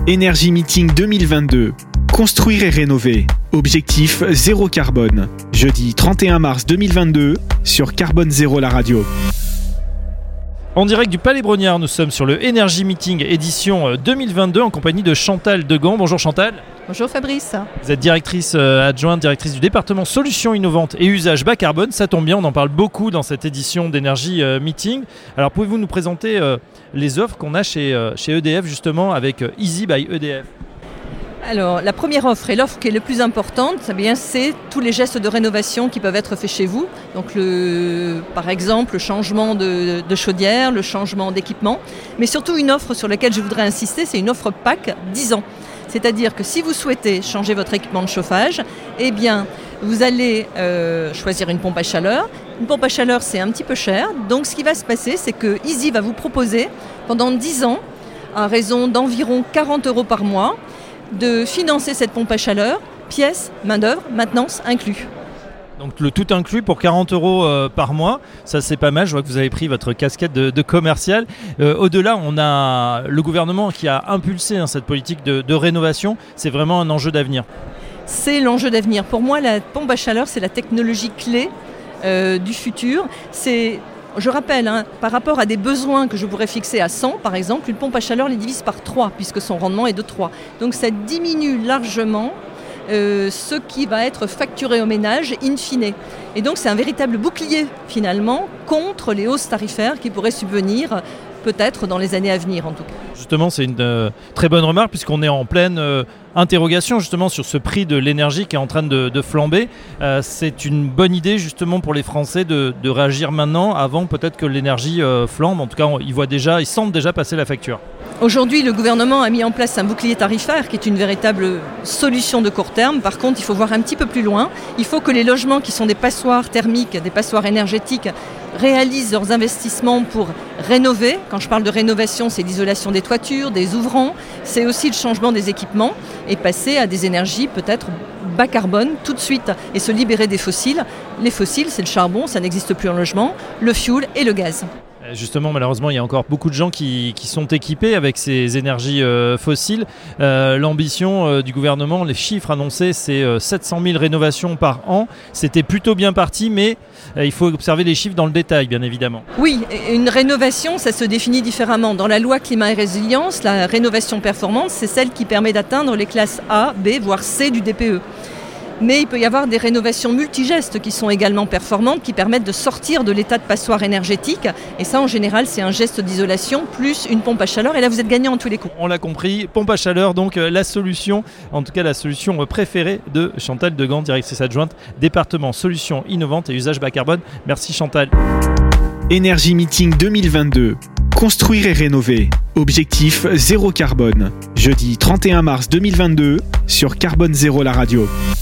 Énergie Meeting 2022. Construire et rénover. Objectif zéro carbone. Jeudi 31 mars 2022 sur Carbone Zéro la radio. En direct du Palais Brognard, nous sommes sur le Énergie Meeting édition 2022 en compagnie de Chantal Degan. Bonjour Chantal. Bonjour Fabrice. Vous êtes directrice adjointe, directrice du département Solutions innovantes et usages bas carbone. Ça tombe bien, on en parle beaucoup dans cette édition d'Énergie Meeting. Alors pouvez-vous nous présenter les offres qu'on a chez EDF justement avec Easy by EDF ? Alors, la première offre et l'offre qui est le plus importante, c'est tous les gestes de rénovation qui peuvent être faits chez vous. Donc, par exemple, le changement de chaudière, le changement d'équipement. Mais surtout, une offre sur laquelle je voudrais insister, c'est une offre PAC 10 ans. C'est-à-dire que si vous souhaitez changer votre équipement de chauffage, eh bien, vous allez choisir une pompe à chaleur. Une pompe à chaleur, c'est un petit peu cher. Donc, ce qui va se passer, c'est que Easy va vous proposer, pendant 10 ans, à raison d'environ 40 € par mois, de financer cette pompe à chaleur, pièces, main-d'œuvre, maintenance inclus. Donc le tout inclus pour 40 € par mois, ça c'est pas mal, je vois que vous avez pris votre casquette de commercial. Au-delà, on a le gouvernement qui a impulsé cette politique de rénovation, c'est vraiment un enjeu d'avenir. C'est l'enjeu d'avenir. Pour moi, la pompe à chaleur, c'est la technologie clé du futur. Je rappelle, par rapport à des besoins que je pourrais fixer à 100, par exemple, une pompe à chaleur les divise par 3, puisque son rendement est de 3. Donc ça diminue largement ce qui va être facturé au ménage in fine. Et donc c'est un véritable bouclier, finalement, contre les hausses tarifaires qui pourraient subvenir peut-être dans les années à venir, en tout cas. Justement, c'est une très bonne remarque, puisqu'on est en pleine interrogation justement sur ce prix de l'énergie qui est en train de flamber. C'est une bonne idée justement pour les Français de réagir maintenant, avant peut-être que l'énergie flambe. En tout cas, ils sentent déjà passer la facture. Aujourd'hui, le gouvernement a mis en place un bouclier tarifaire qui est une véritable solution de court terme. Par contre, il faut voir un petit peu plus loin. Il faut que les logements qui sont des passoires thermiques, des passoires énergétiques, réalisent leurs investissements pour rénover. Quand je parle de rénovation, c'est l'isolation des toitures, des ouvrants. C'est aussi le changement des équipements et passer à des énergies peut-être bas carbone tout de suite et se libérer des fossiles. Les fossiles, c'est le charbon, ça n'existe plus en logement, le fioul et le gaz. Justement, malheureusement, il y a encore beaucoup de gens qui sont équipés avec ces énergies fossiles. L'ambition du gouvernement, les chiffres annoncés, c'est 700 000 rénovations par an. C'était plutôt bien parti, mais il faut observer les chiffres dans le détail, bien évidemment. Oui, une rénovation, ça se définit différemment. Dans la loi climat et résilience, la rénovation performante, c'est celle qui permet d'atteindre les classes A, B, voire C du DPE. Mais il peut y avoir des rénovations multigestes qui sont également performantes, qui permettent de sortir de l'état de passoire énergétique. Et ça, en général, c'est un geste d'isolation plus une pompe à chaleur. Et là, vous êtes gagnant en tous les coups. On l'a compris, pompe à chaleur, donc la solution, en tout cas la solution préférée de Chantal Degan, directrice adjointe, département Solutions innovantes et usages bas carbone. Merci Chantal. Énergie Meeting 2022. Construire et rénover. Objectif zéro carbone. Jeudi 31 mars 2022 sur Carbone Zéro la radio.